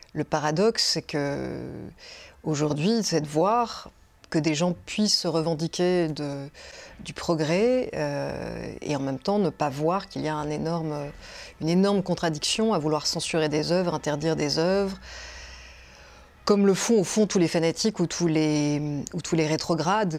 Le paradoxe, c'est que aujourd'hui, c'est de voir que des gens puissent se revendiquer du progrès et en même temps ne pas voir qu'il y a une énorme contradiction à vouloir censurer des œuvres, interdire des œuvres, comme le font au fond tous les fanatiques ou tous les rétrogrades.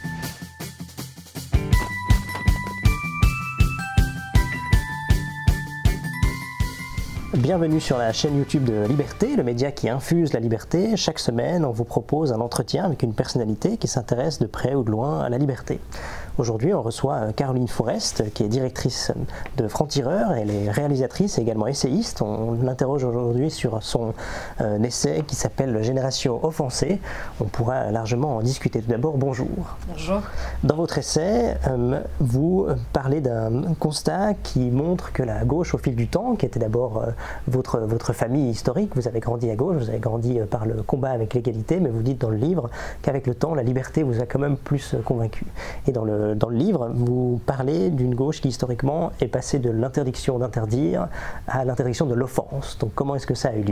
Bienvenue sur la chaîne YouTube de Liberté, le média qui infuse la liberté. Chaque semaine, on vous propose un entretien avec une personnalité qui s'intéresse de près ou de loin à la liberté. Aujourd'hui, on reçoit Caroline Forest, qui est directrice de Franc-Tireur. Elle est réalisatrice et également essayiste. On l'interroge aujourd'hui sur son essai qui s'appelle Génération offensée. On pourra largement en discuter. Tout d'abord, bonjour. Bonjour. Dans votre essai, vous parlez d'un constat qui montre que la gauche, au fil du temps, qui était d'abord votre famille historique, vous avez grandi à gauche, vous avez grandi par le combat avec l'égalité, mais vous dites dans le livre qu'avec le temps, la liberté vous a quand même plus convaincu. Et dans le livre, vous parlez d'une gauche qui historiquement est passée de l'interdiction d'interdire à l'interdiction de l'offense. Donc comment est-ce que ça a eu lieu ?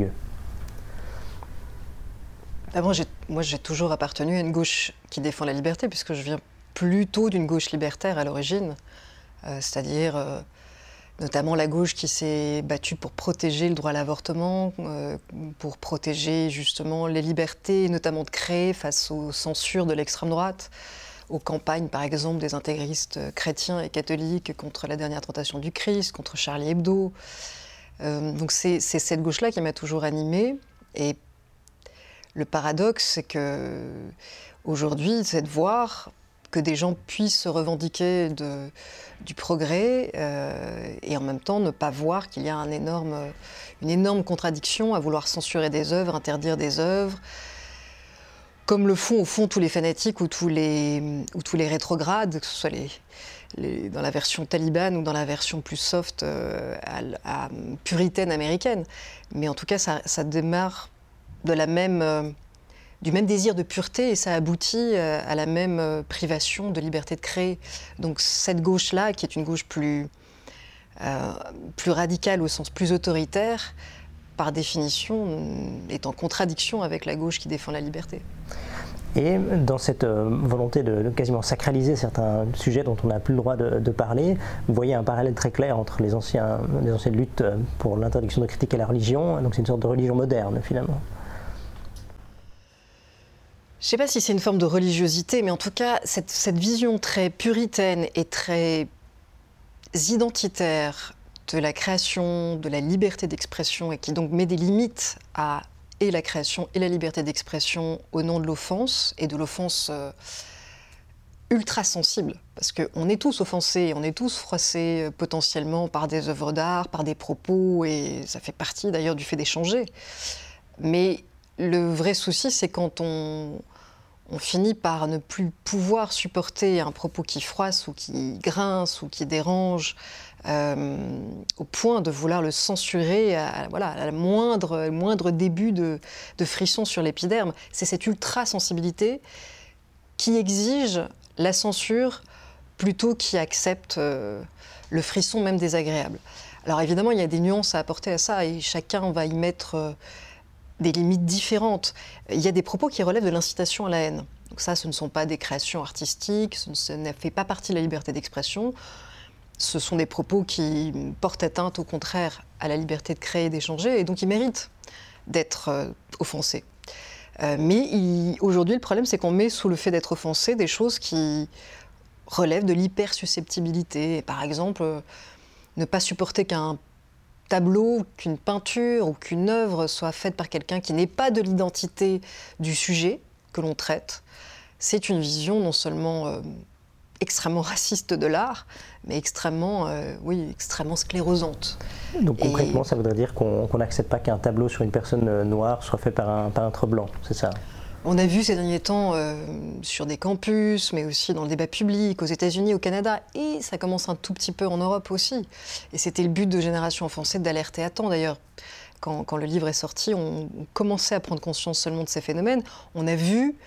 Moi, j'ai toujours appartenu à une gauche qui défend la liberté, puisque je viens plutôt d'une gauche libertaire à l'origine, c'est-à-dire notamment la gauche qui s'est battue pour protéger le droit à l'avortement, pour protéger justement les libertés, notamment de créer face aux censures de l'extrême droite, aux campagnes par exemple des intégristes chrétiens et catholiques contre la dernière tentation du Christ, contre Charlie Hebdo. Donc c'est cette gauche-là qui m'a toujours animée. Et le paradoxe, c'est que aujourd'hui, c'est de voir que des gens puissent se revendiquer du progrès et en même temps ne pas voir qu'il y a une énorme contradiction à vouloir censurer des œuvres, interdire des œuvres, comme le font au fond tous les fanatiques ou tous les rétrogrades, que ce soit dans la version talibane ou dans la version plus soft puritaine américaine. Mais en tout cas, ça démarre du même désir de pureté et ça aboutit à la même privation de liberté de créer. Donc cette gauche-là, qui est une gauche plus radicale au sens plus autoritaire, par définition, est en contradiction avec la gauche qui défend la liberté. Et dans cette volonté de quasiment sacraliser certains sujets dont on n'a plus le droit de parler, vous voyez un parallèle très clair entre les anciennes luttes pour l'interdiction de critiquer la religion, donc c'est une sorte de religion moderne finalement. Je ne sais pas si c'est une forme de religiosité, mais en tout cas, cette vision très puritaine et très identitaire de la création, de la liberté d'expression, et qui donc met des limites à et la création et la liberté d'expression au nom de l'offense, et de l'offense ultra sensible, parce qu'on est tous offensés, on est tous froissés potentiellement par des œuvres d'art, par des propos, et ça fait partie d'ailleurs du fait d'échanger. Mais le vrai souci, c'est quand on finit par ne plus pouvoir supporter un propos qui froisse ou qui grince ou qui dérange, au point de vouloir le censurer à la moindre début de frisson sur l'épiderme. C'est cette ultra-sensibilité qui exige la censure plutôt qui accepte le frisson même désagréable. Alors évidemment, il y a des nuances à apporter à ça et chacun va y mettre des limites différentes. Il y a des propos qui relèvent de l'incitation à la haine. Donc ça, ce ne sont pas des créations artistiques, ce ne fait pas partie de la liberté d'expression. Ce sont des propos qui portent atteinte, au contraire, à la liberté de créer et d'échanger, et donc ils méritent d'être offensés. Mais aujourd'hui, le problème, c'est qu'on met sous le fait d'être offensé des choses qui relèvent de l'hypersusceptibilité. Par exemple, ne pas supporter qu'un tableau, qu'une peinture ou qu'une œuvre soit faite par quelqu'un qui n'est pas de l'identité du sujet que l'on traite, c'est une vision non seulement extrêmement raciste de l'art, mais extrêmement sclérosante. Donc concrètement, ça voudrait dire qu'on n'accepte pas qu'un tableau sur une personne noire soit fait par un peintre blanc, c'est ça ? On a vu ces derniers temps sur des campus, mais aussi dans le débat public, aux États-Unis, au Canada, et ça commence un tout petit peu en Europe aussi. Et c'était le but de Génération offensée d'alerter à temps d'ailleurs. Quand le livre est sorti, on commençait à prendre conscience seulement de ces phénomènes. On a vu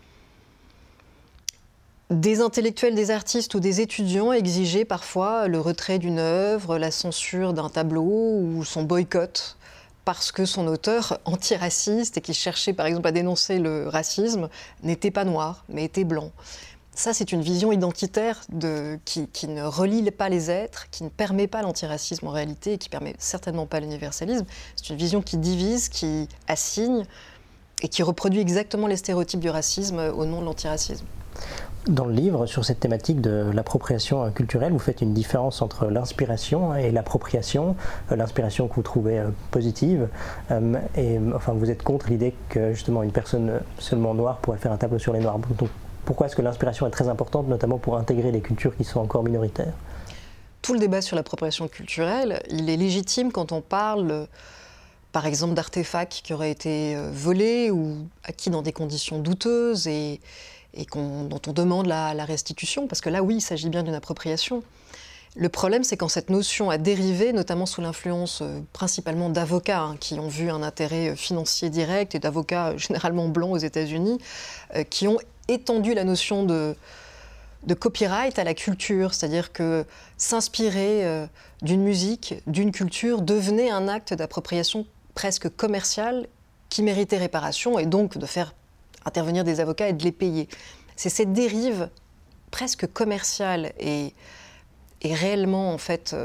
des intellectuels, des artistes ou des étudiants exiger parfois le retrait d'une œuvre, la censure d'un tableau ou son boycott parce que son auteur antiraciste et qui cherchait par exemple à dénoncer le racisme n'était pas noir, mais était blanc. Ça, c'est une vision identitaire qui ne relie pas les êtres, qui ne permet pas l'antiracisme en réalité et qui ne permet certainement pas l'universalisme. C'est une vision qui divise, qui assigne et qui reproduit exactement les stéréotypes du racisme au nom de l'antiracisme. Dans le livre, sur cette thématique de l'appropriation culturelle, vous faites une différence entre l'inspiration et l'appropriation. L'inspiration que vous trouvez positive, et enfin, vous êtes contre l'idée que justement une personne seulement noire pourrait faire un tableau sur les noirs. Donc, pourquoi est-ce que l'inspiration est très importante, notamment pour intégrer les cultures qui sont encore minoritaires ? Tout le débat sur l'appropriation culturelle, il est légitime quand on parle, par exemple, d'artefacts qui auraient été volés ou acquis dans des conditions douteuses et dont on demande la restitution, parce que là, oui, il s'agit bien d'une appropriation. Le problème, c'est quand cette notion a dérivé, notamment sous l'influence principalement d'avocats qui ont vu un intérêt financier direct et d'avocats généralement blancs aux États-Unis, qui ont étendu la notion de copyright à la culture, c'est-à-dire que s'inspirer d'une musique, d'une culture, devenait un acte d'appropriation presque commerciale qui méritait réparation et donc de faire intervenir des avocats et de les payer. C'est cette dérive presque commerciale et réellement en fait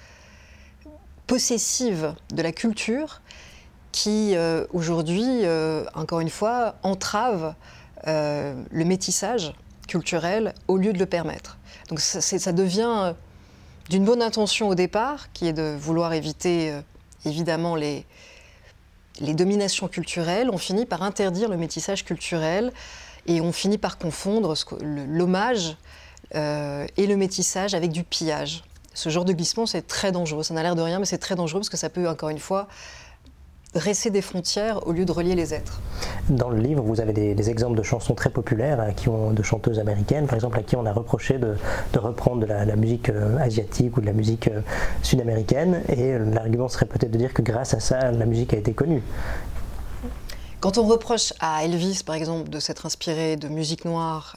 possessive de la culture qui aujourd'hui, encore une fois, entrave le métissage culturel au lieu de le permettre. Donc ça devient d'une bonne intention au départ, qui est de vouloir éviter évidemment les dominations culturelles, on finit par interdire le métissage culturel et on finit par confondre l'hommage et le métissage avec du pillage. Ce genre de glissement, c'est très dangereux. Ça n'a l'air de rien, mais c'est très dangereux parce que ça peut, encore une fois, dresser des frontières au lieu de relier les êtres. Dans le livre, vous avez des exemples de chansons très populaires de chanteuses américaines, par exemple, à qui on a reproché de reprendre de la musique asiatique ou de la musique sud-américaine, et l'argument serait peut-être de dire que grâce à ça, la musique a été connue. Quand on reproche à Elvis, par exemple, de s'être inspiré de musique noire,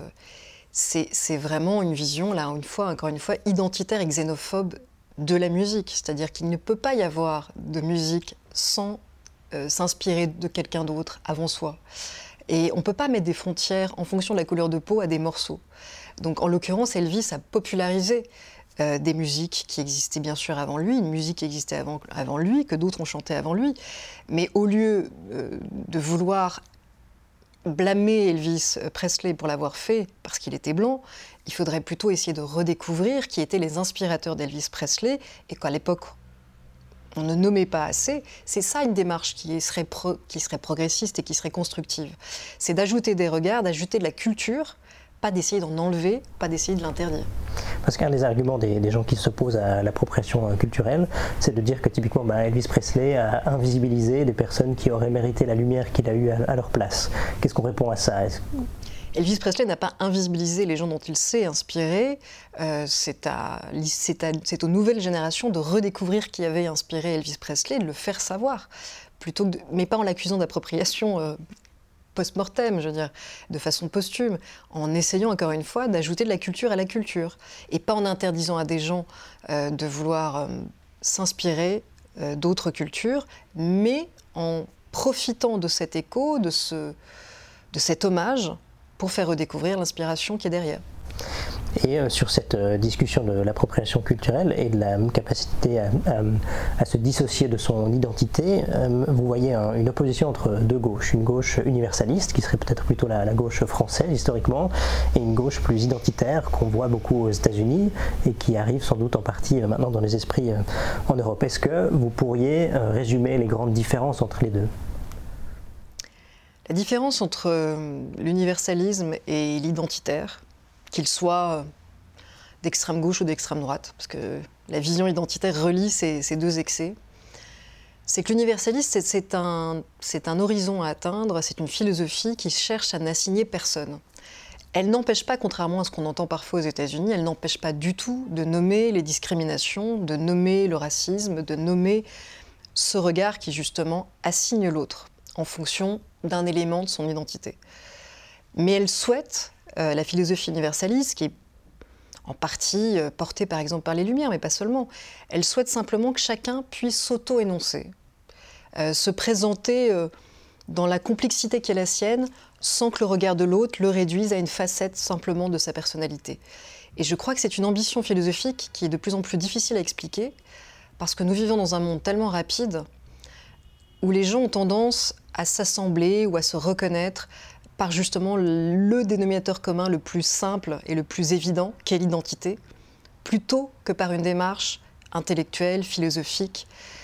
c'est vraiment une vision, là, encore une fois, identitaire et xénophobe de la musique. C'est-à-dire qu'il ne peut pas y avoir de musique sans s'inspirer de quelqu'un d'autre avant soi. Et on ne peut pas mettre des frontières en fonction de la couleur de peau à des morceaux. Donc en l'occurrence, Elvis a popularisé des musiques qui existaient bien sûr avant lui, une musique qui existait avant lui, que d'autres ont chanté avant lui. Mais au lieu de vouloir blâmer Elvis Presley pour l'avoir fait parce qu'il était blanc, il faudrait plutôt essayer de redécouvrir qui étaient les inspirateurs d'Elvis Presley et qu'à l'époque on ne nommait pas assez. C'est ça une démarche qui serait progressiste et qui serait constructive. C'est d'ajouter des regards, d'ajouter de la culture, pas d'essayer d'en enlever, pas d'essayer de l'interdire. Parce qu'un des arguments des gens qui s'opposent à l'appropriation culturelle, c'est de dire que typiquement Elvis Presley a invisibilisé des personnes qui auraient mérité la lumière qu'il a eue à leur place. Qu'est-ce qu'on répond à ça ? Elvis Presley n'a pas invisibilisé les gens dont il s'est inspiré. C'est aux nouvelles générations de redécouvrir qui avait inspiré Elvis Presley, de le faire savoir, mais pas en l'accusant d'appropriation post-mortem, je veux dire, de façon posthume, en essayant encore une fois d'ajouter de la culture à la culture, et pas en interdisant à des gens de vouloir s'inspirer d'autres cultures, mais en profitant de cet écho, de cet hommage, pour faire redécouvrir l'inspiration qui est derrière. Et sur cette discussion de l'appropriation culturelle et de la capacité à se dissocier de son identité, vous voyez une opposition entre deux gauches. Une gauche universaliste, qui serait peut-être plutôt la gauche française historiquement, et une gauche plus identitaire qu'on voit beaucoup aux États-Unis et qui arrive sans doute en partie maintenant dans les esprits en Europe. Est-ce que vous pourriez résumer les grandes différences entre les deux ? La différence entre l'universalisme et l'identitaire, qu'il soit d'extrême gauche ou d'extrême droite, parce que la vision identitaire relie ces deux excès, c'est que l'universalisme, c'est un horizon à atteindre, c'est une philosophie qui cherche à n'assigner personne. Elle n'empêche pas, contrairement à ce qu'on entend parfois aux États-Unis, elle n'empêche pas du tout de nommer les discriminations, de nommer le racisme, de nommer ce regard qui justement assigne l'autre en fonction d'un élément de son identité. Mais elle souhaite, la philosophie universaliste, qui est en partie portée par exemple par les Lumières, mais pas seulement, elle souhaite simplement que chacun puisse s'auto-énoncer. se présenter dans la complexité qui est la sienne, sans que le regard de l'autre le réduise à une facette simplement de sa personnalité. Et je crois que c'est une ambition philosophique qui est de plus en plus difficile à expliquer, parce que nous vivons dans un monde tellement rapide, où les gens ont tendance à s'assembler ou à se reconnaître par justement le dénominateur commun le plus simple et le plus évident, qu'est l'identité, plutôt que par une démarche intellectuelle, philosophique.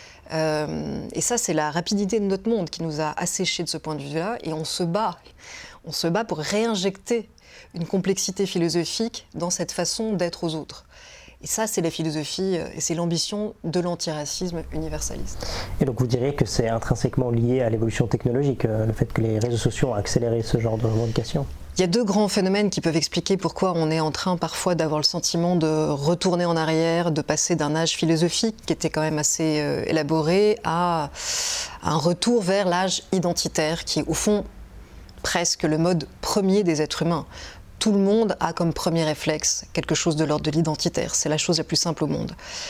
Et ça, c'est la rapidité de notre monde qui nous a asséchés de ce point de vue-là, et on se bat pour réinjecter une complexité philosophique dans cette façon d'être aux autres. Et ça, c'est la philosophie et c'est l'ambition de l'antiracisme universaliste. Et donc vous diriez que c'est intrinsèquement lié à l'évolution technologique, le fait que les réseaux sociaux ont accéléré ce genre de revendication? Il y a 2 grands phénomènes qui peuvent expliquer pourquoi on est en train parfois d'avoir le sentiment de retourner en arrière, de passer d'un âge philosophique qui était quand même assez élaboré à un retour vers l'âge identitaire qui est au fond presque le mode premier des êtres humains. Tout le monde a comme premier réflexe quelque chose de l'ordre de l'identitaire. C'est la chose la plus simple au monde.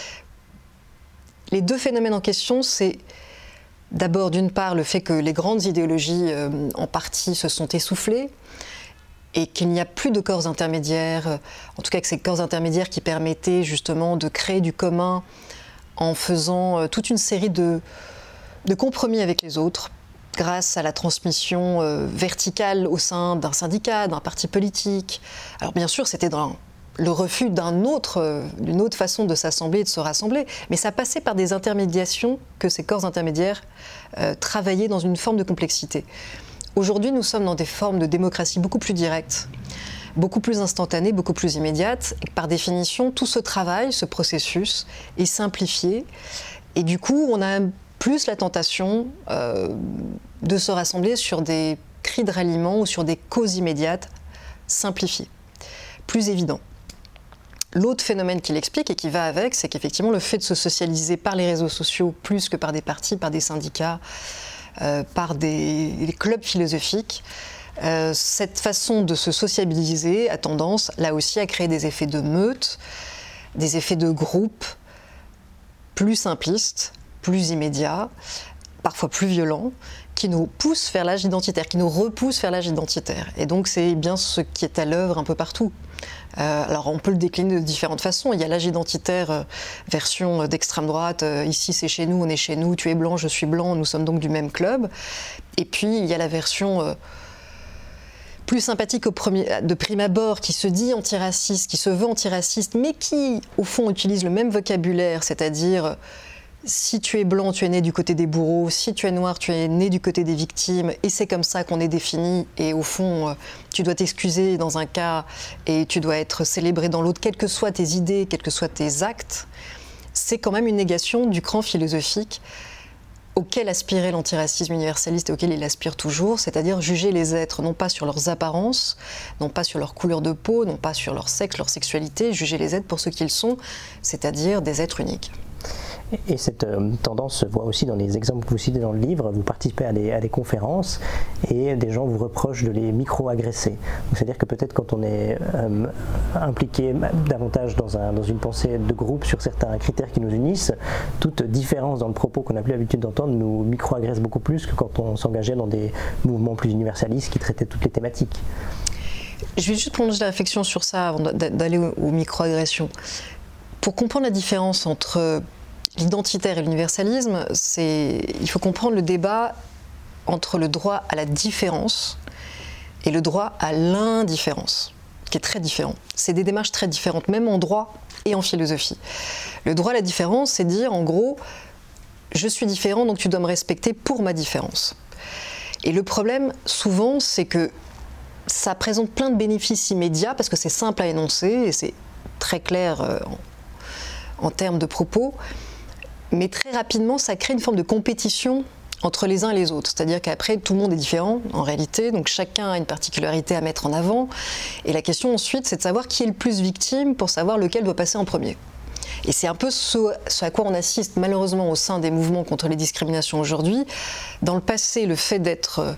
Les 2 phénomènes en question, c'est d'abord d'une part le fait que les grandes idéologies en partie se sont essoufflées, et qu'il n'y a plus de corps intermédiaires, en tout cas que ces corps intermédiaires qui permettaient justement de créer du commun en faisant toute une série de compromis avec les autres, grâce à la transmission verticale au sein d'un syndicat, d'un parti politique. Alors bien sûr, c'était dans le refus d'une autre façon de s'assembler et de se rassembler, mais ça passait par des intermédiations que ces corps intermédiaires travaillaient dans une forme de complexité. Aujourd'hui, nous sommes dans des formes de démocratie beaucoup plus directes, beaucoup plus instantanées, beaucoup plus immédiates. Et par définition, tout ce travail, ce processus est simplifié. Et du coup, on a plus la tentation de se rassembler sur des cris de ralliement ou sur des causes immédiates simplifiées, plus évident. L'autre phénomène qui l'explique et qui va avec, c'est qu'effectivement, le fait de se socialiser par les réseaux sociaux plus que par des partis, par des syndicats, par des clubs philosophiques, cette façon de se sociabiliser a tendance, là aussi, à créer des effets de meute, des effets de groupe plus simplistes, plus immédiats, parfois plus violents, qui nous poussent vers l'âge identitaire, qui nous repoussent vers l'âge identitaire. Et donc c'est bien ce qui est à l'œuvre un peu partout. Alors on peut le décliner de différentes façons. Il y a l'âge identitaire version d'extrême droite, ici c'est chez nous, on est chez nous, tu es blanc, je suis blanc, nous sommes donc du même club. Et puis il y a la version plus sympathique de prime abord, qui se dit antiraciste, qui se veut antiraciste, mais qui au fond utilise le même vocabulaire, c'est-à-dire si tu es blanc, tu es né du côté des bourreaux, si tu es noir, tu es né du côté des victimes, et c'est comme ça qu'on est défini, et au fond, tu dois t'excuser dans un cas, et tu dois être célébré dans l'autre, quelles que soient tes idées, quels que soient tes actes. C'est quand même une négation du cran philosophique auquel aspirait l'antiracisme universaliste et auquel il aspire toujours, c'est-à-dire juger les êtres non pas sur leurs apparences, non pas sur leur couleur de peau, non pas sur leur sexe, leur sexualité, juger les êtres pour ce qu'ils sont, c'est-à-dire des êtres uniques. Et cette tendance se voit aussi dans les exemples que vous citez dans le livre. Vous participez à des conférences et des gens vous reprochent de les micro-agresser. C'est-à-dire que peut-être quand on est impliqué davantage dans une pensée de groupe sur certains critères qui nous unissent, toute différence dans le propos qu'on n'a plus l'habitude d'entendre nous micro-agresse beaucoup plus que quand on s'engageait dans des mouvements plus universalistes qui traitaient toutes les thématiques. Je vais juste prolonger la réflexion sur ça avant d'aller aux micro-agressions. Pour comprendre la différence entre l'identitaire et l'universalisme, il faut comprendre le débat entre le droit à la différence et le droit à l'indifférence, qui est très différent. C'est des démarches très différentes, même en droit et en philosophie. Le droit à la différence, c'est dire, en gros, je suis différent, donc tu dois me respecter pour ma différence. Et le problème, souvent, c'est que ça présente plein de bénéfices immédiats, parce que c'est simple à énoncer, et c'est très clair en termes de propos, mais très rapidement, ça crée une forme de compétition entre les uns et les autres. C'est-à-dire qu'après, tout le monde est différent, en réalité, donc chacun a une particularité à mettre en avant. Et la question ensuite, c'est de savoir qui est le plus victime pour savoir lequel doit passer en premier. Et c'est un peu ce à quoi on assiste malheureusement au sein des mouvements contre les discriminations aujourd'hui. Dans le passé, le fait d'être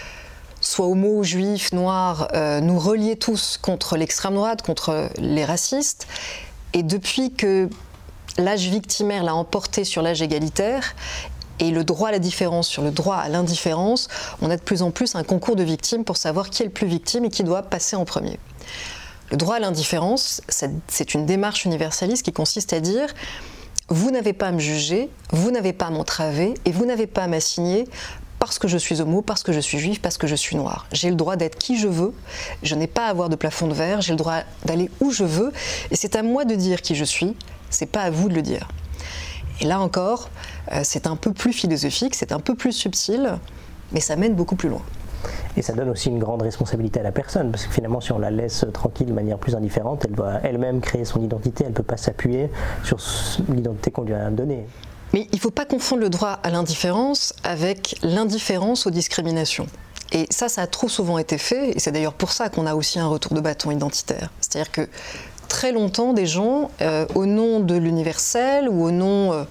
soit homo, juif, noir, nous reliait tous contre l'extrême droite, contre les racistes. Et depuis que l'âge victimaire l'a emporté sur l'âge égalitaire, Et le droit à la différence sur le droit à l'indifférence, on a de plus en plus un concours de victimes pour savoir qui est le plus victime et qui doit passer en premier. Le droit à l'indifférence, c'est une démarche universaliste qui consiste à dire « vous n'avez pas à me juger, vous n'avez pas à m'entraver et vous n'avez pas à m'assigner parce que je suis homo, parce que je suis juif, parce que je suis noir. J'ai le droit d'être qui je veux, je n'ai pas à avoir de plafond de verre, j'ai le droit d'aller où je veux et c'est à moi de dire qui je suis, c'est pas à vous de le dire. » Et là encore, c'est un peu plus philosophique, c'est un peu plus subtil, mais ça mène beaucoup plus loin. Et ça donne aussi une grande responsabilité à la personne, parce que finalement, si on la laisse tranquille de manière plus indifférente, elle doit elle-même créer son identité, elle ne peut pas s'appuyer sur l'identité qu'on lui a donnée. Mais il ne faut pas confondre le droit à l'indifférence avec l'indifférence aux discriminations. Et ça a trop souvent été fait, et c'est d'ailleurs pour ça qu'on a aussi un retour de bâton identitaire. C'est-à-dire que très longtemps, des gens, au nom de l'universel ou au nom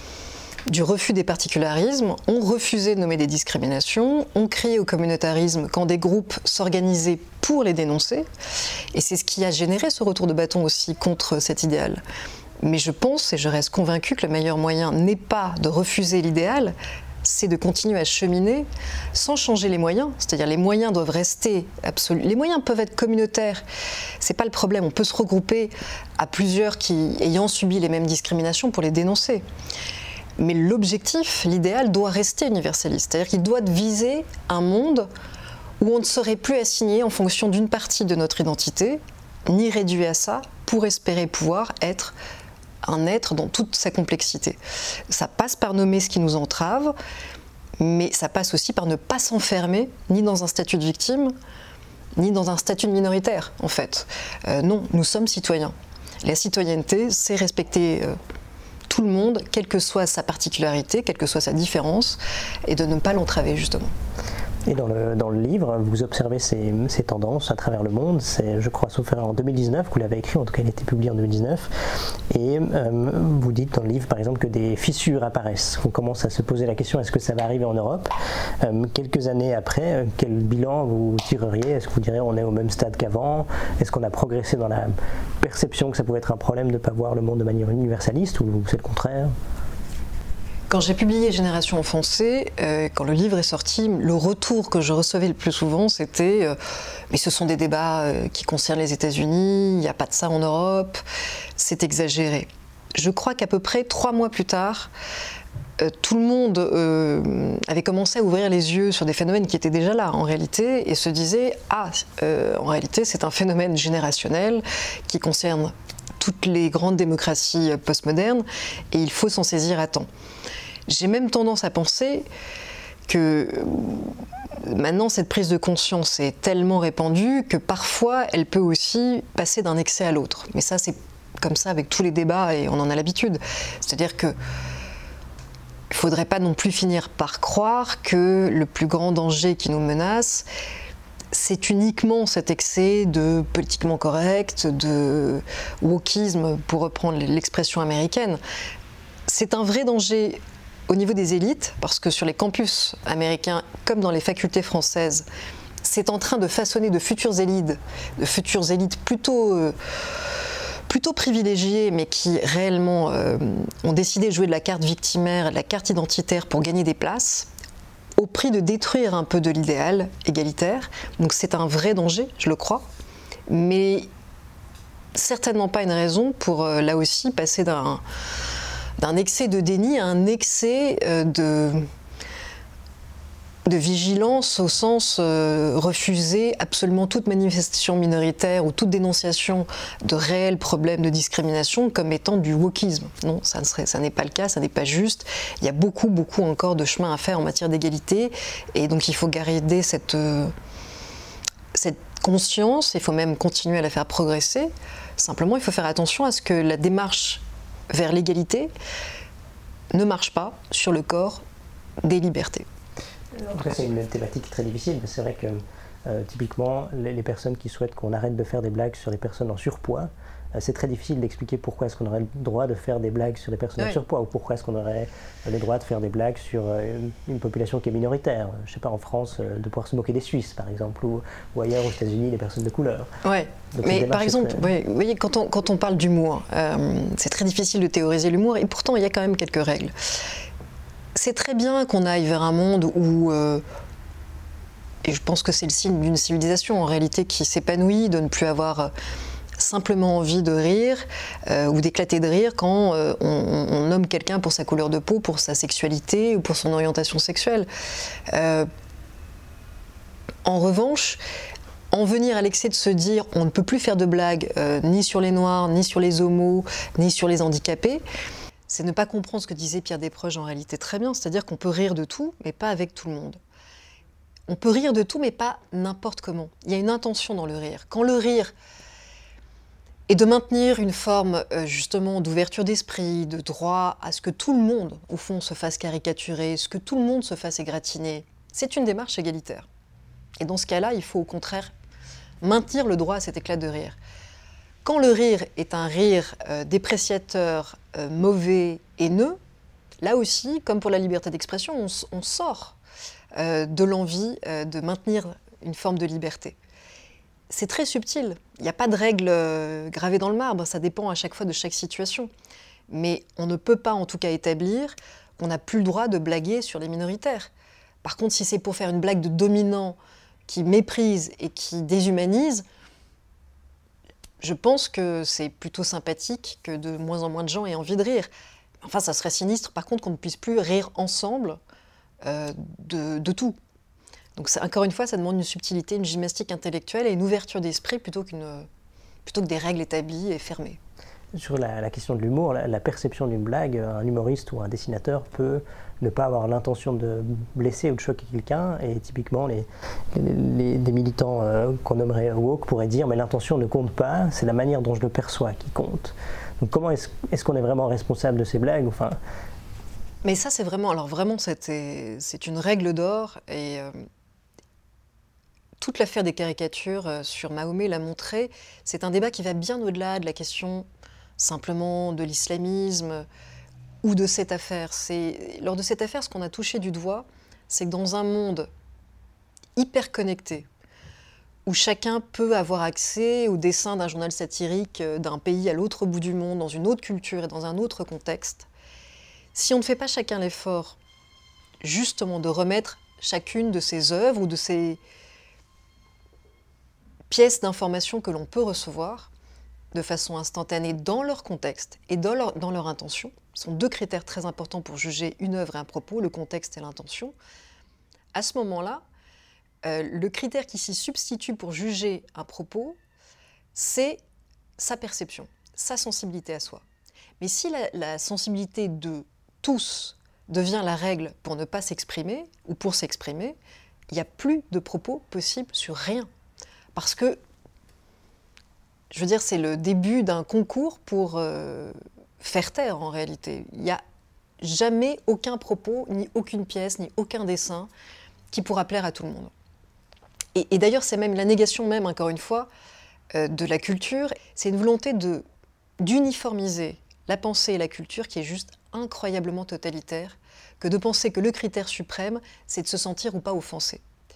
du refus des particularismes, ont refusé de nommer des discriminations, ont crié au communautarisme quand des groupes s'organisaient pour les dénoncer. Et c'est ce qui a généré ce retour de bâton aussi contre cet idéal. Mais je pense, et je reste convaincue, que le meilleur moyen n'est pas de refuser l'idéal, c'est de continuer à cheminer sans changer les moyens. C'est-à-dire les moyens doivent rester absolus. Les moyens peuvent être communautaires, c'est pas le problème. On peut se regrouper à plusieurs qui ayant subi les mêmes discriminations pour les dénoncer. Mais l'objectif, l'idéal, doit rester universaliste. C'est-à-dire qu'il doit viser un monde où on ne serait plus assigné en fonction d'une partie de notre identité, ni réduit à ça, pour espérer pouvoir être un être dans toute sa complexité. Ça passe par nommer ce qui nous entrave, mais ça passe aussi par ne pas s'enfermer ni dans un statut de victime, ni dans un statut de minoritaire, en fait. Non, nous sommes citoyens. La citoyenneté, c'est respecter tout le monde, quelle que soit sa particularité, quelle que soit sa différence, et de ne pas l'entraver, justement. Et dans le livre, vous observez ces tendances à travers le monde. C'est, je crois, sauf erreur, en 2019, que vous l'avez écrit, en tout cas il a été publié en 2019. Et vous dites dans le livre, par exemple, que des fissures apparaissent. On commence à se poser la question, est-ce que ça va arriver en Europe ? Quelques années après, quel bilan vous tireriez ? Est-ce que vous diriez on est au même stade qu'avant ? Est-ce qu'on a progressé dans la perception que ça pouvait être un problème de ne pas voir le monde de manière universaliste, ou c'est le contraire ? Quand j'ai publié Génération Enfoncée, quand le livre est sorti, le retour que je recevais le plus souvent, c'était mais ce sont des débats qui concernent les États-Unis, il n'y a pas de ça en Europe, c'est exagéré. Je crois qu'à peu près 3 mois plus tard, tout le monde avait commencé à ouvrir les yeux sur des phénomènes qui étaient déjà là en réalité et se disait en réalité c'est un phénomène générationnel qui concerne toutes les grandes démocraties postmodernes et il faut s'en saisir à temps. J'ai même tendance à penser que maintenant cette prise de conscience est tellement répandue que parfois elle peut aussi passer d'un excès à l'autre. Mais ça c'est comme ça avec tous les débats et on en a l'habitude. C'est-à-dire que il ne faudrait pas non plus finir par croire que le plus grand danger qui nous menace, c'est uniquement cet excès de politiquement correct, de wokisme, pour reprendre l'expression américaine. C'est un vrai danger au niveau des élites, parce que sur les campus américains, comme dans les facultés françaises, c'est en train de façonner de futures élites plutôt privilégiées, mais qui réellement ont décidé de jouer de la carte victimaire, de la carte identitaire pour gagner des places, au prix de détruire un peu de l'idéal égalitaire. Donc c'est un vrai danger, je le crois, mais certainement pas une raison pour, là aussi, passer d'un excès de déni à un excès de vigilance au sens refuser absolument toute manifestation minoritaire ou toute dénonciation de réels problèmes de discrimination comme étant du wokisme. Non, ça n'est pas le cas, ça n'est pas juste. Il y a beaucoup encore de chemin à faire en matière d'égalité et donc il faut garder cette conscience, il faut même continuer à la faire progresser. Simplement, il faut faire attention à ce que la démarche vers l'égalité ne marche pas sur le corps des libertés. En tout cas, c'est une thématique très difficile, mais c'est vrai que typiquement, les personnes qui souhaitent qu'on arrête de faire des blagues sur les personnes en surpoids, c'est très difficile d'expliquer pourquoi est-ce qu'on aurait le droit de faire des blagues sur les personnes en surpoids, ou pourquoi est-ce qu'on aurait le droit de faire des blagues sur une population qui est minoritaire. Je ne sais pas, en France, de pouvoir se moquer des Suisses, par exemple, ou ailleurs aux États-Unis, les personnes de couleur. Ouais. Mais par exemple, vous voyez, quand on parle d'humour, c'est très difficile de théoriser l'humour, et pourtant il y a quand même quelques règles. C'est très bien qu'on aille vers un monde où, et je pense que c'est le signe d'une civilisation en réalité qui s'épanouit, de ne plus avoir simplement envie de rire ou d'éclater de rire quand on nomme quelqu'un pour sa couleur de peau, pour sa sexualité ou pour son orientation sexuelle. En revanche, en venir à l'excès de se dire on ne peut plus faire de blagues ni sur les Noirs, ni sur les homos, ni sur les handicapés, c'est ne pas comprendre ce que disait Pierre Desproges en réalité très bien, c'est-à-dire qu'on peut rire de tout, mais pas avec tout le monde. On peut rire de tout, mais pas n'importe comment. Il y a une intention dans le rire. Quand le rire est de maintenir une forme justement d'ouverture d'esprit, de droit à ce que tout le monde, au fond, se fasse caricaturer, ce que tout le monde se fasse égratigner, c'est une démarche égalitaire. Et dans ce cas-là, il faut au contraire maintenir le droit à cet éclat de rire. Quand le rire est un rire dépréciateur, mauvais, haineux, là aussi, comme pour la liberté d'expression, on sort de l'envie de maintenir une forme de liberté. C'est très subtil, il n'y a pas de règle gravée dans le marbre, ça dépend à chaque fois de chaque situation. Mais on ne peut pas en tout cas établir qu'on n'a plus le droit de blaguer sur les minoritaires. Par contre, si c'est pour faire une blague de dominant qui méprise et qui déshumanise, je pense que c'est plutôt sympathique que de moins en moins de gens aient envie de rire. Enfin, ça serait sinistre, par contre, qu'on ne puisse plus rire ensemble de tout. Donc, encore une fois, ça demande une subtilité, une gymnastique intellectuelle et une ouverture d'esprit plutôt que des règles établies et fermées. Sur la question de l'humour, la perception d'une blague, un humoriste ou un dessinateur peut ne pas avoir l'intention de blesser ou de choquer quelqu'un, et typiquement des militants qu'on nommerait woke pourraient dire mais l'intention ne compte pas, c'est la manière dont je le perçois qui compte. Donc comment est-ce qu'on est vraiment responsable de ces blagues, enfin... Mais ça c'est vraiment, c'est une règle d'or, et toute l'affaire des caricatures sur Mahomet l'a montré, c'est un débat qui va bien au-delà de la question simplement de l'islamisme ou de cette affaire. Lors de cette affaire, ce qu'on a touché du doigt, c'est que dans un monde hyper connecté, où chacun peut avoir accès au dessin d'un journal satirique d'un pays à l'autre bout du monde, dans une autre culture et dans un autre contexte, si on ne fait pas chacun l'effort, justement, de remettre chacune de ces œuvres ou de ces pièces d'information que l'on peut recevoir de façon instantanée dans leur contexte et dans leur intention. Ce sont deux critères très importants pour juger une œuvre et un propos, le contexte et l'intention. À ce moment-là, le critère qui s'y substitue pour juger un propos, c'est sa perception, sa sensibilité à soi. Mais si la sensibilité de tous devient la règle pour ne pas s'exprimer ou pour s'exprimer, il n'y a plus de propos possibles sur rien. Parce que je veux dire, c'est le début d'un concours pour faire taire, en réalité. Il n'y a jamais aucun propos, ni aucune pièce, ni aucun dessin qui pourra plaire à tout le monde. Et d'ailleurs, c'est même la négation même, encore une fois, de la culture. C'est une volonté d'uniformiser la pensée et la culture qui est juste incroyablement totalitaire, que de penser que le critère suprême, c'est de se sentir ou pas offensé.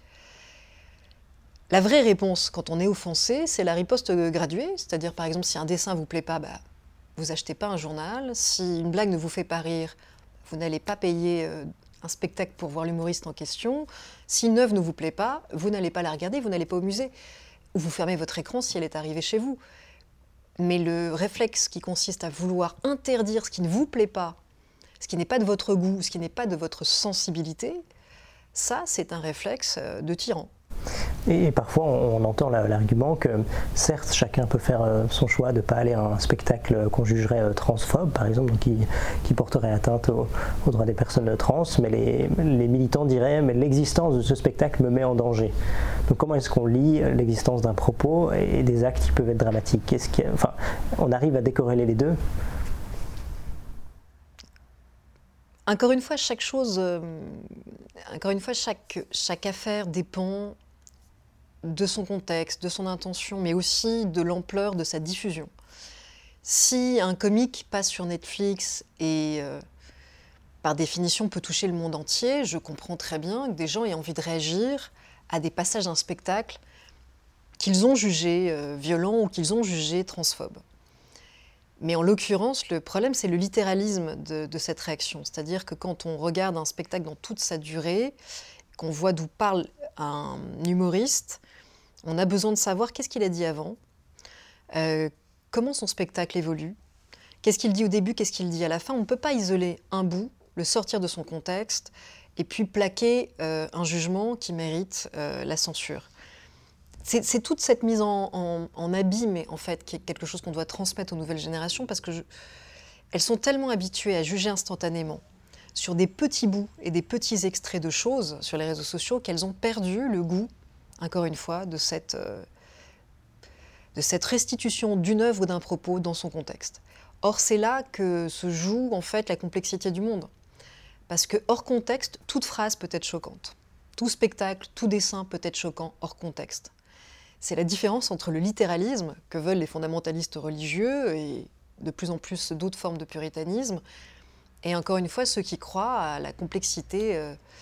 La vraie réponse, quand on est offensé, c'est la riposte graduée, c'est-à-dire par exemple si un dessin ne vous plaît pas, vous achetez pas un journal, si une blague ne vous fait pas rire, vous n'allez pas payer un spectacle pour voir l'humoriste en question, si une œuvre ne vous plaît pas, vous n'allez pas la regarder, vous n'allez pas au musée, ou vous fermez votre écran si elle est arrivée chez vous. Mais le réflexe qui consiste à vouloir interdire ce qui ne vous plaît pas, ce qui n'est pas de votre goût, ce qui n'est pas de votre sensibilité, ça c'est un réflexe de tyran. Et parfois, on entend l'argument que, certes, chacun peut faire son choix de ne pas aller à un spectacle qu'on jugerait transphobe, par exemple, donc qui porterait atteinte aux droits des personnes trans, mais les militants diraient « mais l'existence de ce spectacle me met en danger ». Donc comment est-ce qu'on lie l'existence d'un propos et des actes qui peuvent être dramatiques ? On arrive à décorréler les deux ? Encore une fois, chaque affaire dépend de son contexte, de son intention, mais aussi de l'ampleur de sa diffusion. Si un comique passe sur Netflix et, par définition, peut toucher le monde entier, je comprends très bien que des gens aient envie de réagir à des passages d'un spectacle qu'ils ont jugés violents ou qu'ils ont jugés transphobes. Mais en l'occurrence, le problème, c'est le littéralisme de cette réaction. C'est-à-dire que quand on regarde un spectacle dans toute sa durée, qu'on voit d'où parle un humoriste, on a besoin de savoir qu'est-ce qu'il a dit avant, comment son spectacle évolue, qu'est-ce qu'il dit au début, qu'est-ce qu'il dit à la fin. On ne peut pas isoler un bout, le sortir de son contexte, et puis plaquer un jugement qui mérite la censure. C'est toute cette mise en abîme, en fait, qui est quelque chose qu'on doit transmettre aux nouvelles générations, parce qu'elles sont tellement habituées à juger instantanément sur des petits bouts et des petits extraits de choses sur les réseaux sociaux qu'elles ont perdu le goût, encore une fois, de cette restitution d'une œuvre ou d'un propos dans son contexte. Or, c'est là que se joue, en fait, la complexité du monde. Parce que, hors contexte, toute phrase peut être choquante. Tout spectacle, tout dessin peut être choquant hors contexte. C'est la différence entre le littéralisme que veulent les fondamentalistes religieux et de plus en plus d'autres formes de puritanisme, et encore une fois ceux qui croient à la complexité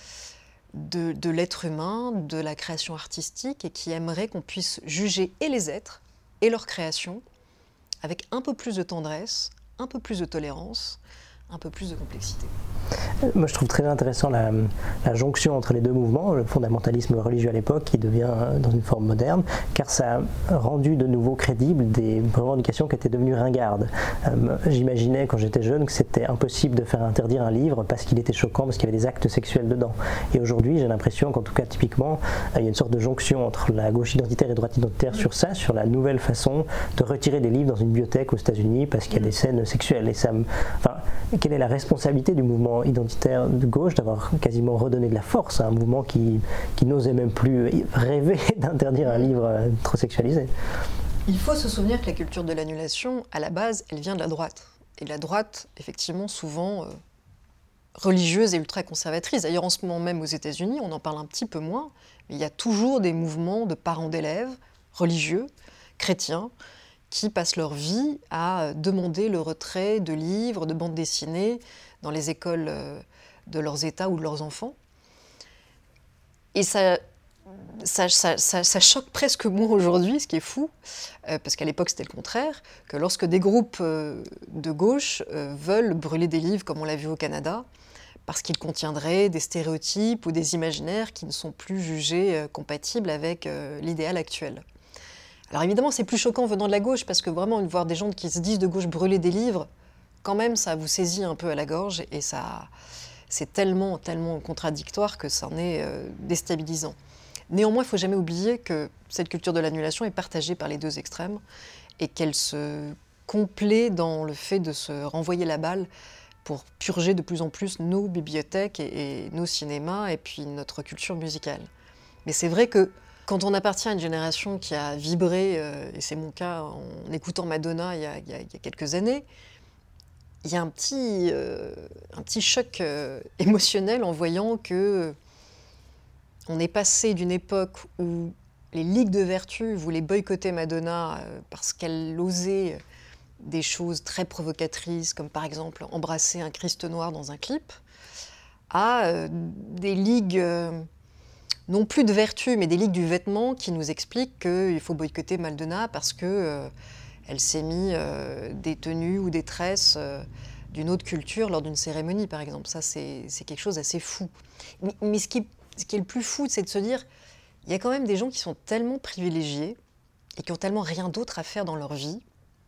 de l'être humain, de la création artistique, et qui aimeraient qu'on puisse juger et les êtres et leur création avec un peu plus de tendresse, un peu plus de tolérance, un peu plus de complexité. Moi, je trouve très intéressant la jonction entre les deux mouvements, le fondamentalisme religieux à l'époque qui devient dans une forme moderne, car ça a rendu de nouveau crédibles des revendications qui étaient devenues ringardes. J'imaginais quand j'étais jeune que c'était impossible de faire interdire un livre parce qu'il était choquant, parce qu'il y avait des actes sexuels dedans. Et aujourd'hui, j'ai l'impression qu'en tout cas, typiquement, il y a une sorte de jonction entre la gauche identitaire et la droite identitaire sur ça, sur la nouvelle façon de retirer des livres dans une bibliothèque aux États-Unis parce qu'il y a des scènes sexuelles. Et ça quelle est la responsabilité du mouvement identitaire de gauche d'avoir quasiment redonné de la force à un mouvement qui n'osait même plus rêver d'interdire un livre trop sexualisé? Il faut se souvenir que la culture de l'annulation, à la base, elle vient de la droite. Et la droite, effectivement, souvent religieuse et ultra-conservatrice. D'ailleurs, en ce moment même aux États-Unis, on en parle un petit peu moins, mais il y a toujours des mouvements de parents d'élèves religieux, chrétiens, qui passent leur vie à demander le retrait de livres, de bandes dessinées dans les écoles de leurs États ou de leurs enfants. Et ça choque presque moins aujourd'hui, ce qui est fou, parce qu'à l'époque c'était le contraire, que lorsque des groupes de gauche veulent brûler des livres, comme on l'a vu au Canada, parce qu'ils contiendraient des stéréotypes ou des imaginaires qui ne sont plus jugés compatibles avec l'idéal actuel. Alors évidemment, c'est plus choquant venant de la gauche, parce que vraiment, voir des gens qui se disent de gauche brûler des livres, quand même, ça vous saisit un peu à la gorge, et ça, c'est tellement contradictoire que ça en est déstabilisant. Néanmoins, il ne faut jamais oublier que cette culture de l'annulation est partagée par les deux extrêmes, et qu'elle se complaît dans le fait de se renvoyer la balle pour purger de plus en plus nos bibliothèques et nos cinémas, et puis notre culture musicale. Mais c'est vrai que quand on appartient à une génération qui a vibré, et c'est mon cas en écoutant Madonna il y a quelques années, il y a un petit choc émotionnel en voyant que on est passé d'une époque où les ligues de vertu voulaient boycotter Madonna parce qu'elle osait des choses très provocatrices, comme par exemple embrasser un Christ noir dans un clip, à des ligues... non plus de vertu, mais des ligues du vêtement qui nous expliquent qu'il faut boycotter Madonna parce qu'elle s'est mis des tenues ou des tresses d'une autre culture lors d'une cérémonie, par exemple. Ça, c'est quelque chose d'assez fou. Mais ce qui est le plus fou, c'est de se dire, il y a quand même des gens qui sont tellement privilégiés et qui ont tellement rien d'autre à faire dans leur vie,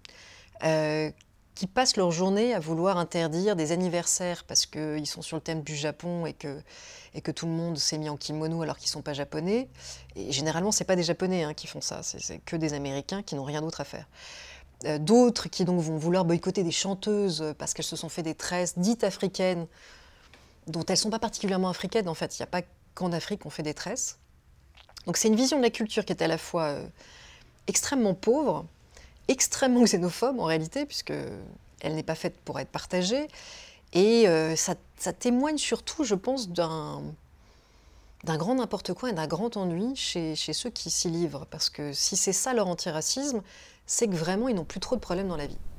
qui passent leur journée à vouloir interdire des anniversaires parce qu'ils sont sur le thème du Japon et que tout le monde s'est mis en kimono alors qu'ils ne sont pas japonais. Et généralement, ce n'est pas des Japonais qui font ça, c'est que des Américains qui n'ont rien d'autre à faire. D'autres qui donc vont vouloir boycotter des chanteuses parce qu'elles se sont fait des tresses dites africaines, dont elles ne sont pas particulièrement africaines en fait. Il n'y a pas qu'en Afrique qu'on fait des tresses. Donc c'est une vision de la culture qui est à la fois extrêmement pauvre, extrêmement xénophobe en réalité, puisqu'elle n'est pas faite pour être partagée. Et ça témoigne surtout, je pense, d'un grand n'importe quoi et d'un grand ennui chez ceux qui s'y livrent. Parce que si c'est ça leur antiracisme, c'est que vraiment ils n'ont plus trop de problèmes dans la vie.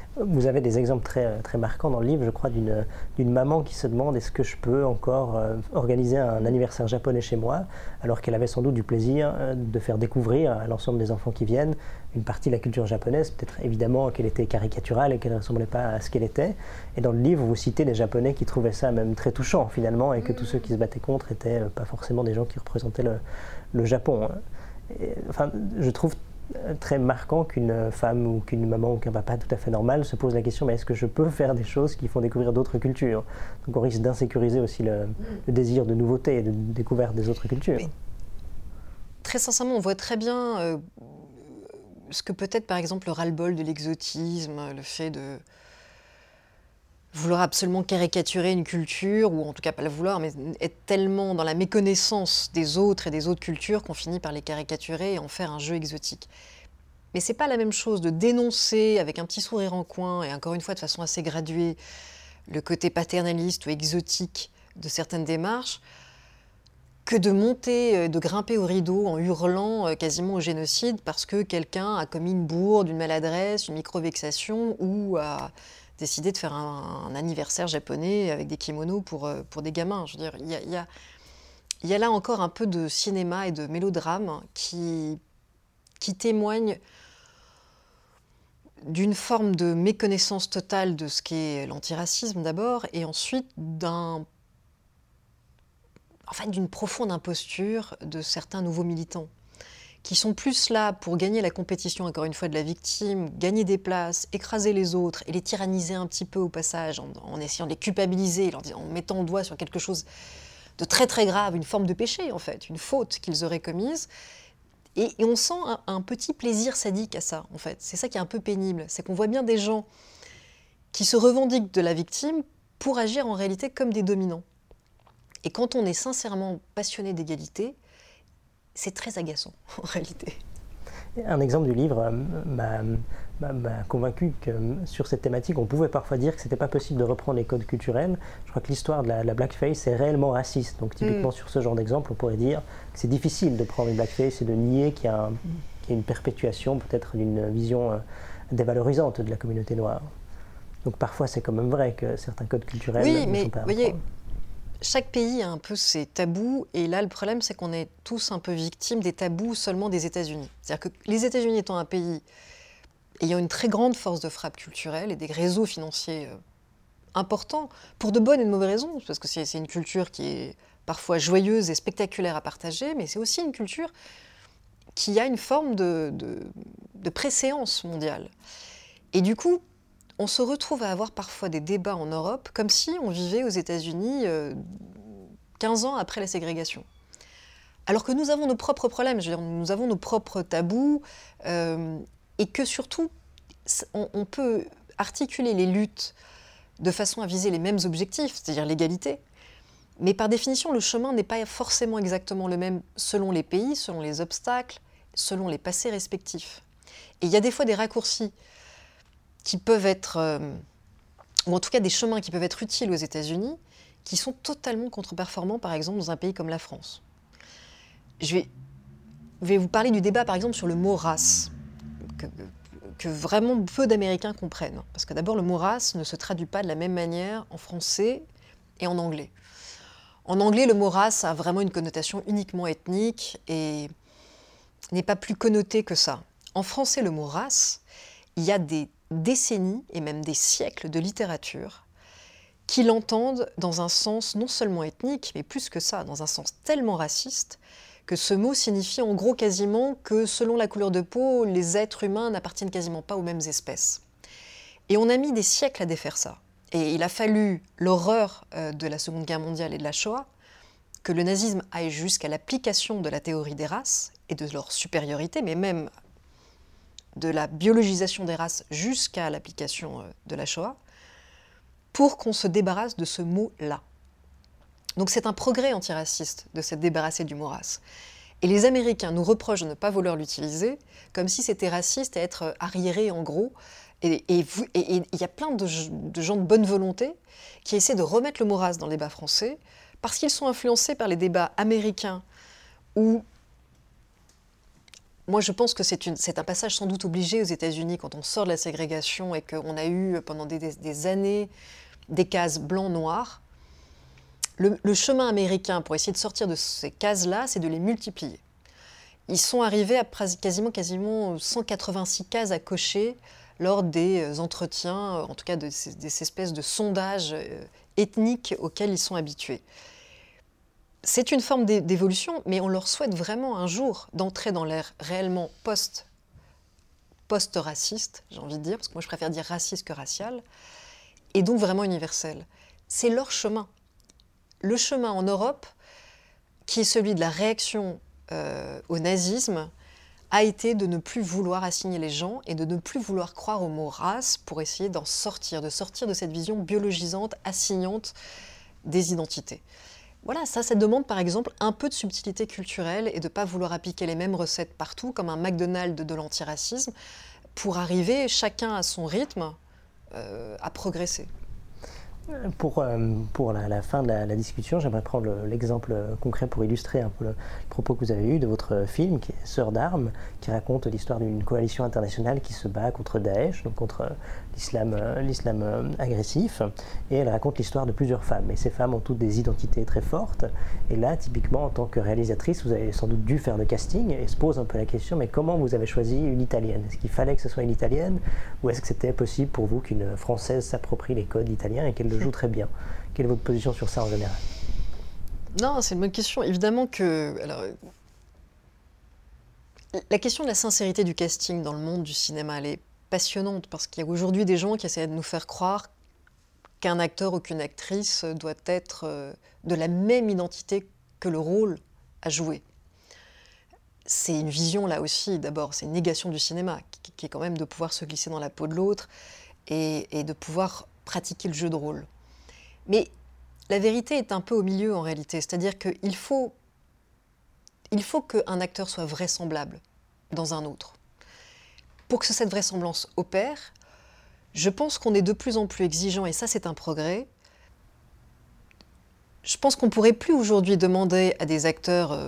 Vous avez des exemples très, très marquants dans le livre, je crois, d'une maman qui se demande est-ce que je peux encore organiser un anniversaire japonais chez moi, alors qu'elle avait sans doute du plaisir de faire découvrir à l'ensemble des enfants qui viennent une partie de la culture japonaise, peut-être évidemment qu'elle était caricaturale et qu'elle ne ressemblait pas à ce qu'elle était. Et dans le livre, vous citez des Japonais qui trouvaient ça même très touchant finalement, et que tous ceux qui se battaient contre n'étaient pas forcément des gens qui représentaient le Japon. Et, enfin, je trouve très marquant qu'une femme ou qu'une maman ou qu'un papa tout à fait normal se pose la question mais est-ce que je peux faire des choses qui font découvrir d'autres cultures? Donc on risque d'insécuriser aussi le désir de nouveauté et de découverte des autres cultures. Mais, très sincèrement, on voit très bien ce que peut être par exemple le ras-le-bol de l'exotisme, le fait de vouloir absolument caricaturer une culture, ou en tout cas pas la vouloir, mais être tellement dans la méconnaissance des autres et des autres cultures qu'on finit par les caricaturer et en faire un jeu exotique. Mais c'est pas la même chose de dénoncer avec un petit sourire en coin, et encore une fois de façon assez graduée, le côté paternaliste ou exotique de certaines démarches, que de monter, de grimper au rideau en hurlant quasiment au génocide parce que quelqu'un a commis une bourde, une maladresse, une micro-vexation, ou a décidé de faire un anniversaire japonais avec des kimonos pour des gamins. Je veux dire, il y a là encore un peu de cinéma et de mélodrame qui témoigne d'une forme de méconnaissance totale de ce qu'est l'antiracisme d'abord, et ensuite d'une profonde imposture de certains nouveaux militants, qui sont plus là pour gagner la compétition, encore une fois, de la victime, gagner des places, écraser les autres et les tyranniser un petit peu au passage, en essayant de les culpabiliser, en mettant le doigt sur quelque chose de très très grave, une forme de péché en fait, une faute qu'ils auraient commise. Et on sent un petit plaisir sadique à ça, en fait. C'est ça qui est un peu pénible, c'est qu'on voit bien des gens qui se revendiquent de la victime pour agir en réalité comme des dominants. Et quand on est sincèrement passionné d'égalité, c'est très agaçant, en réalité. Un exemple du livre m'a convaincu que sur cette thématique, on pouvait parfois dire que c'était pas possible de reprendre les codes culturels. Je crois que l'histoire de la blackface est réellement raciste. Donc typiquement sur ce genre d'exemple, on pourrait dire que c'est difficile de prendre une blackface et de nier qu'il y a une perpétuation peut-être d'une vision dévalorisante de la communauté noire. Donc parfois c'est quand même vrai que certains codes culturels ne sont pas à reprendre. Chaque pays a un peu ses tabous, et là le problème c'est qu'on est tous un peu victimes des tabous seulement des États-Unis. C'est-à-dire que les États-Unis étant un pays ayant une très grande force de frappe culturelle et des réseaux financiers importants, pour de bonnes et de mauvaises raisons, parce que c'est une culture qui est parfois joyeuse et spectaculaire à partager, mais c'est aussi une culture qui a une forme de préséance mondiale. Et du coup, on se retrouve à avoir parfois des débats en Europe comme si on vivait aux États-Unis 15 ans après la ségrégation. Alors que nous avons nos propres problèmes, je veux dire, nous avons nos propres tabous, et que surtout, on peut articuler les luttes de façon à viser les mêmes objectifs, c'est-à-dire l'égalité. Mais par définition, le chemin n'est pas forcément exactement le même selon les pays, selon les obstacles, selon les passés respectifs. Et il y a des fois des raccourcis qui peuvent être, ou en tout cas des chemins qui peuvent être utiles aux États-Unis, qui sont totalement contre-performants, par exemple, dans un pays comme la France. Je vais vous parler du débat, par exemple, sur le mot « race », que vraiment peu d'Américains comprennent. Parce que d'abord, le mot « race » ne se traduit pas de la même manière en français et en anglais. En anglais, le mot « race » a vraiment une connotation uniquement ethnique et n'est pas plus connoté que ça. En français, le mot « race », il y a des décennies et même des siècles de littérature qui l'entendent dans un sens non seulement ethnique, mais plus que ça, dans un sens tellement raciste que ce mot signifie en gros quasiment que selon la couleur de peau, les êtres humains n'appartiennent quasiment pas aux mêmes espèces. Et on a mis des siècles à défaire ça. Et il a fallu l'horreur de la Seconde Guerre mondiale et de la Shoah, que le nazisme aille jusqu'à l'application de la théorie des races et de leur supériorité, mais même de la biologisation des races jusqu'à l'application de la Shoah, pour qu'on se débarrasse de ce mot-là. Donc c'est un progrès antiraciste de s'être débarrassé du mot race. Et les Américains nous reprochent de ne pas vouloir l'utiliser, comme si c'était raciste et être arriéré en gros. Et il y a plein de gens de bonne volonté qui essaient de remettre le mot race dans le débat français, parce qu'ils sont influencés par les débats américains où moi, je pense que c'est un passage sans doute obligé aux États-Unis quand on sort de la ségrégation et qu'on a eu pendant des années des cases blanc-noir. Le chemin américain pour essayer de sortir de ces cases-là, c'est de les multiplier. Ils sont arrivés à quasiment 186 cases à cocher lors des entretiens, en tout cas des espèces de sondages ethniques auxquels ils sont habitués. C'est une forme d'évolution, mais on leur souhaite vraiment un jour d'entrer dans l'ère réellement post-raciste, j'ai envie de dire, parce que moi je préfère dire raciste que racial, et donc vraiment universel. C'est leur chemin. Le chemin en Europe, qui est celui de la réaction au nazisme, a été de ne plus vouloir assigner les gens et de ne plus vouloir croire au mot race pour essayer de sortir de cette vision biologisante, assignante des identités. Voilà, ça demande par exemple un peu de subtilité culturelle et de ne pas vouloir appliquer les mêmes recettes partout, comme un McDonald's de l'antiracisme, pour arriver chacun à son rythme à progresser. Pour la fin de la discussion, j'aimerais prendre l'exemple concret pour illustrer un peu le propos que vous avez eu de votre film, qui est Sœurs d'armes, qui raconte l'histoire d'une coalition internationale qui se bat contre Daesh, donc contre l'islam agressif, et elle raconte l'histoire de plusieurs femmes. Et ces femmes ont toutes des identités très fortes. Et là, typiquement, en tant que réalisatrice, vous avez sans doute dû faire le casting, et se pose un peu la question, mais comment vous avez choisi une Italienne? Est-ce qu'il fallait que ce soit une Italienne, ou est-ce que c'était possible pour vous qu'une Française s'approprie les codes italiens et qu'elle le joue très bien? Quelle est votre position sur ça en général? Non, c'est une bonne question. Évidemment que... Alors, la question de la sincérité du casting dans le monde du cinéma, elle est passionnante parce qu'il y a aujourd'hui des gens qui essaient de nous faire croire qu'un acteur ou qu'une actrice doit être de la même identité que le rôle à jouer. C'est une vision là aussi, d'abord, c'est une négation du cinéma, qui est quand même de pouvoir se glisser dans la peau de l'autre et de pouvoir pratiquer le jeu de rôle. Mais la vérité est un peu au milieu en réalité, c'est-à-dire qu'il faut qu'un acteur soit vraisemblable dans un autre. Pour que cette vraisemblance opère, je pense qu'on est de plus en plus exigeant, et ça c'est un progrès. Je pense qu'on ne pourrait plus aujourd'hui demander à des acteurs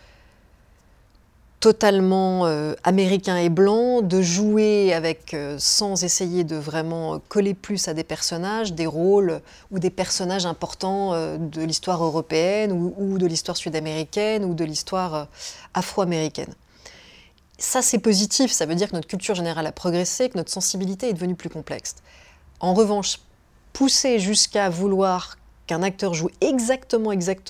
totalement américains et blancs de jouer sans essayer de vraiment coller plus à des personnages, des rôles ou des personnages importants de l'histoire européenne ou de l'histoire sud-américaine ou de l'histoire afro-américaine. Ça, c'est positif, ça veut dire que notre culture générale a progressé, que notre sensibilité est devenue plus complexe. En revanche, pousser jusqu'à vouloir qu'un acteur joue exactement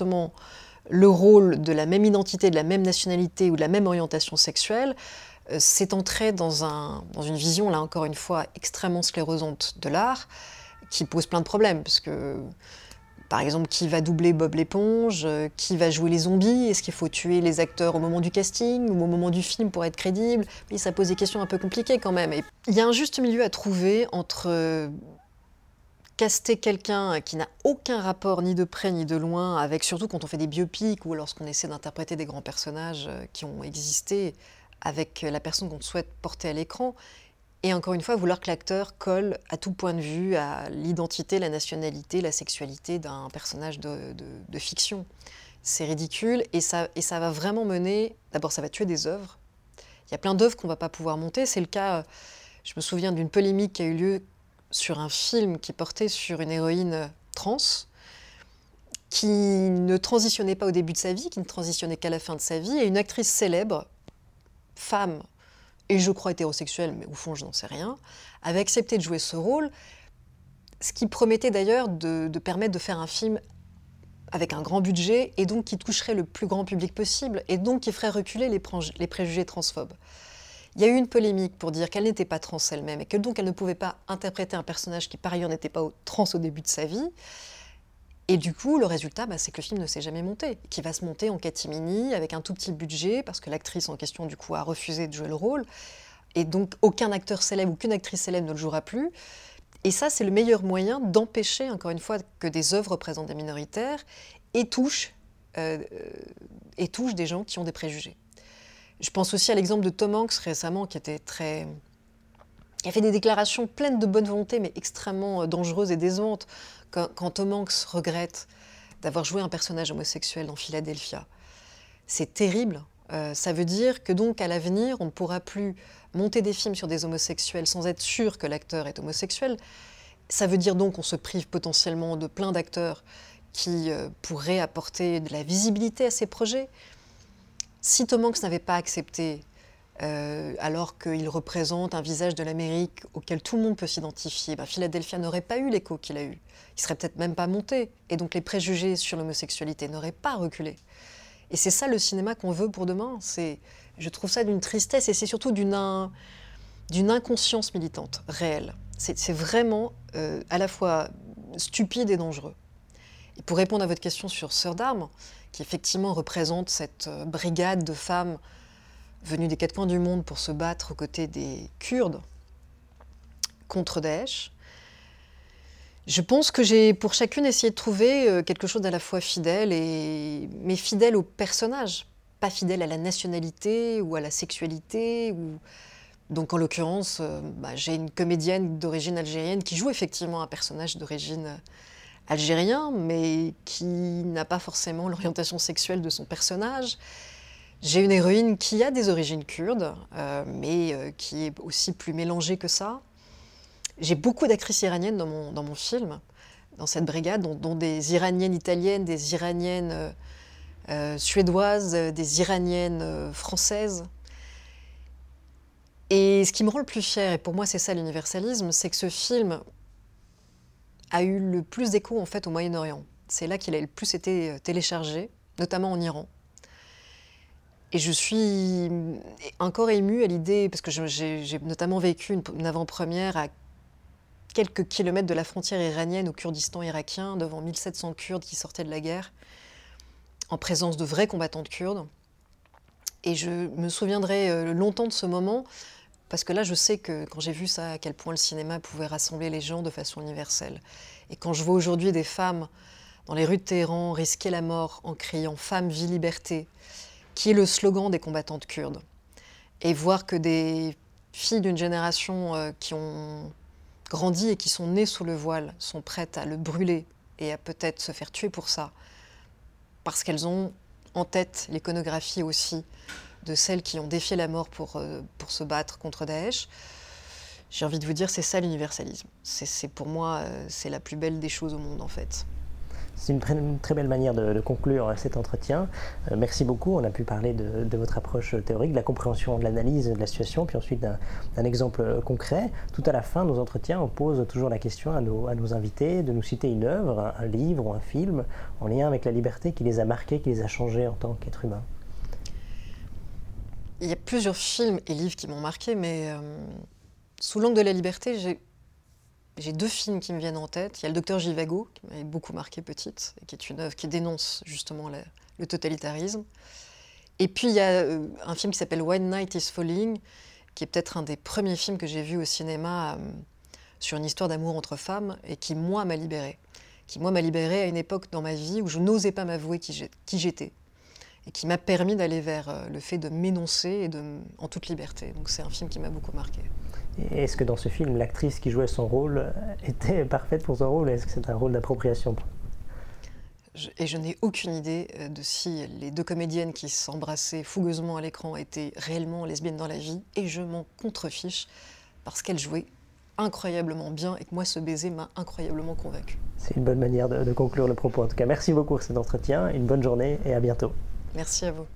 le rôle de la même identité, de la même nationalité ou de la même orientation sexuelle, c'est entrer dans une vision, là encore une fois, extrêmement sclérosante de l'art, qui pose plein de problèmes, parce que, par exemple, qui va doubler Bob l'éponge, qui va jouer les zombies, est-ce qu'il faut tuer les acteurs au moment du casting ou au moment du film pour être crédible? Oui, ça pose des questions un peu compliquées quand même. Et il y a un juste milieu à trouver entre caster quelqu'un qui n'a aucun rapport ni de près ni de loin, avec surtout quand on fait des biopics ou lorsqu'on essaie d'interpréter des grands personnages qui ont existé avec la personne qu'on souhaite porter à l'écran, et encore une fois vouloir que l'acteur colle à tout point de vue à l'identité, la nationalité, la sexualité d'un personnage de fiction. C'est ridicule et ça va vraiment mener... D'abord, ça va tuer des œuvres. Il y a plein d'œuvres qu'on ne va pas pouvoir monter. C'est le cas, je me souviens d'une polémique qui a eu lieu sur un film qui portait sur une héroïne trans, qui ne transitionnait pas au début de sa vie, qui ne transitionnait qu'à la fin de sa vie, et une actrice célèbre, femme, et je crois hétérosexuelle, mais au fond je n'en sais rien, avait accepté de jouer ce rôle, ce qui promettait d'ailleurs de permettre de faire un film avec un grand budget, et donc qui toucherait le plus grand public possible, et donc qui ferait reculer les préjugés transphobes. Il y a eu une polémique pour dire qu'elle n'était pas trans elle-même et que donc elle ne pouvait pas interpréter un personnage qui par ailleurs n'était pas trans au début de sa vie. Et du coup, le résultat, c'est que le film ne s'est jamais monté, qui va se monter en catimini avec un tout petit budget parce que l'actrice en question du coup a refusé de jouer le rôle. Et donc aucun acteur célèbre ou qu'une actrice célèbre ne le jouera plus. Et ça, c'est le meilleur moyen d'empêcher, encore une fois, que des œuvres représentent des minoritaires et touchent des gens qui ont des préjugés. Je pense aussi à l'exemple de Tom Hanks récemment, qui a fait des déclarations pleines de bonne volonté, mais extrêmement dangereuses et décevantes, quand Tom Hanks regrette d'avoir joué un personnage homosexuel dans Philadelphia. C'est terrible. Ça veut dire que donc à l'avenir, on ne pourra plus monter des films sur des homosexuels sans être sûr que l'acteur est homosexuel. Ça veut dire donc qu'on se prive potentiellement de plein d'acteurs qui pourraient apporter de la visibilité à ces projets. Si Tom Hanks n'avait pas accepté, alors qu'il représente un visage de l'Amérique auquel tout le monde peut s'identifier, Philadelphia n'aurait pas eu l'écho qu'il a eu. Il serait peut-être même pas monté. Et donc les préjugés sur l'homosexualité n'auraient pas reculé. Et c'est ça le cinéma qu'on veut pour demain. Je trouve ça d'une tristesse et c'est surtout d'une inconscience militante réelle. C'est vraiment à la fois stupide et dangereux. Et pour répondre à votre question sur Sœurs d'Armes, qui effectivement représente cette brigade de femmes venues des quatre coins du monde pour se battre aux côtés des Kurdes contre Daesh, je pense que j'ai pour chacune essayé de trouver quelque chose d'à la fois fidèle, mais fidèle au personnage, pas fidèle à la nationalité ou à la sexualité. Donc en l'occurrence, j'ai une comédienne d'origine algérienne qui joue effectivement un personnage d'origine algérien, mais qui n'a pas forcément l'orientation sexuelle de son personnage. J'ai une héroïne qui a des origines kurdes, mais qui est aussi plus mélangée que ça. J'ai beaucoup d'actrices iraniennes dans mon film, dans cette brigade, dont des Iraniennes italiennes, des Iraniennes suédoises, des Iraniennes françaises. Et ce qui me rend le plus fière, et pour moi c'est ça l'universalisme, c'est que ce film a eu le plus d'écho en fait au Moyen-Orient. C'est là qu'il a le plus été téléchargé, notamment en Iran. Et je suis encore émue à l'idée, parce que j'ai notamment vécu une avant-première à quelques kilomètres de la frontière iranienne au Kurdistan irakien, devant 1700 Kurdes qui sortaient de la guerre, en présence de vrais combattantes kurdes. Et je me souviendrai longtemps de ce moment, parce que là, je sais que quand j'ai vu ça, à quel point le cinéma pouvait rassembler les gens de façon universelle. Et quand je vois aujourd'hui des femmes dans les rues de Téhéran risquer la mort en criant « Femme, vie, liberté », qui est le slogan des combattantes kurdes, et voir que des filles d'une génération qui ont grandi et qui sont nées sous le voile sont prêtes à le brûler et à peut-être se faire tuer pour ça, parce qu'elles ont en tête l'iconographie aussi de celles qui ont défié la mort pour se battre contre Daesh. J'ai envie de vous dire, c'est ça l'universalisme. Pour moi, c'est la plus belle des choses au monde, en fait. C'est une très belle manière de conclure cet entretien. Merci beaucoup. On a pu parler de votre approche théorique, de la compréhension, de l'analyse de la situation, puis ensuite d'un exemple concret. Tout à la fin de nos entretiens, on pose toujours la question à nos invités de nous citer une œuvre, un livre ou un film en lien avec la liberté qui les a marqués, qui les a changés en tant qu'êtres humains. Il y a plusieurs films et livres qui m'ont marqué, mais sous l'angle de la liberté, j'ai deux films qui me viennent en tête. Il y a Le Docteur Zhivago, qui m'avait beaucoup marqué petite, et qui est une œuvre qui dénonce justement le totalitarisme. Et puis il y a un film qui s'appelle When Night is Falling, qui est peut-être un des premiers films que j'ai vus au cinéma sur une histoire d'amour entre femmes, et qui, moi, m'a libérée. Qui, moi, m'a libérée à une époque dans ma vie où je n'osais pas m'avouer qui j'étais. Et qui m'a permis d'aller vers le fait de m'énoncer en toute liberté. Donc c'est un film qui m'a beaucoup marqué. Et est-ce que dans ce film, l'actrice qui jouait son rôle était parfaite pour son rôle? Est-ce que c'est un rôle d'appropriation? Je n'ai aucune idée de si les deux comédiennes qui s'embrassaient fougueusement à l'écran étaient réellement lesbiennes dans la vie, et je m'en contrefiche, parce qu'elles jouaient incroyablement bien, et que moi, ce baiser m'a incroyablement convaincue. C'est une bonne manière de conclure le propos. En tout cas, merci beaucoup pour cet entretien, une bonne journée et à bientôt. Merci à vous.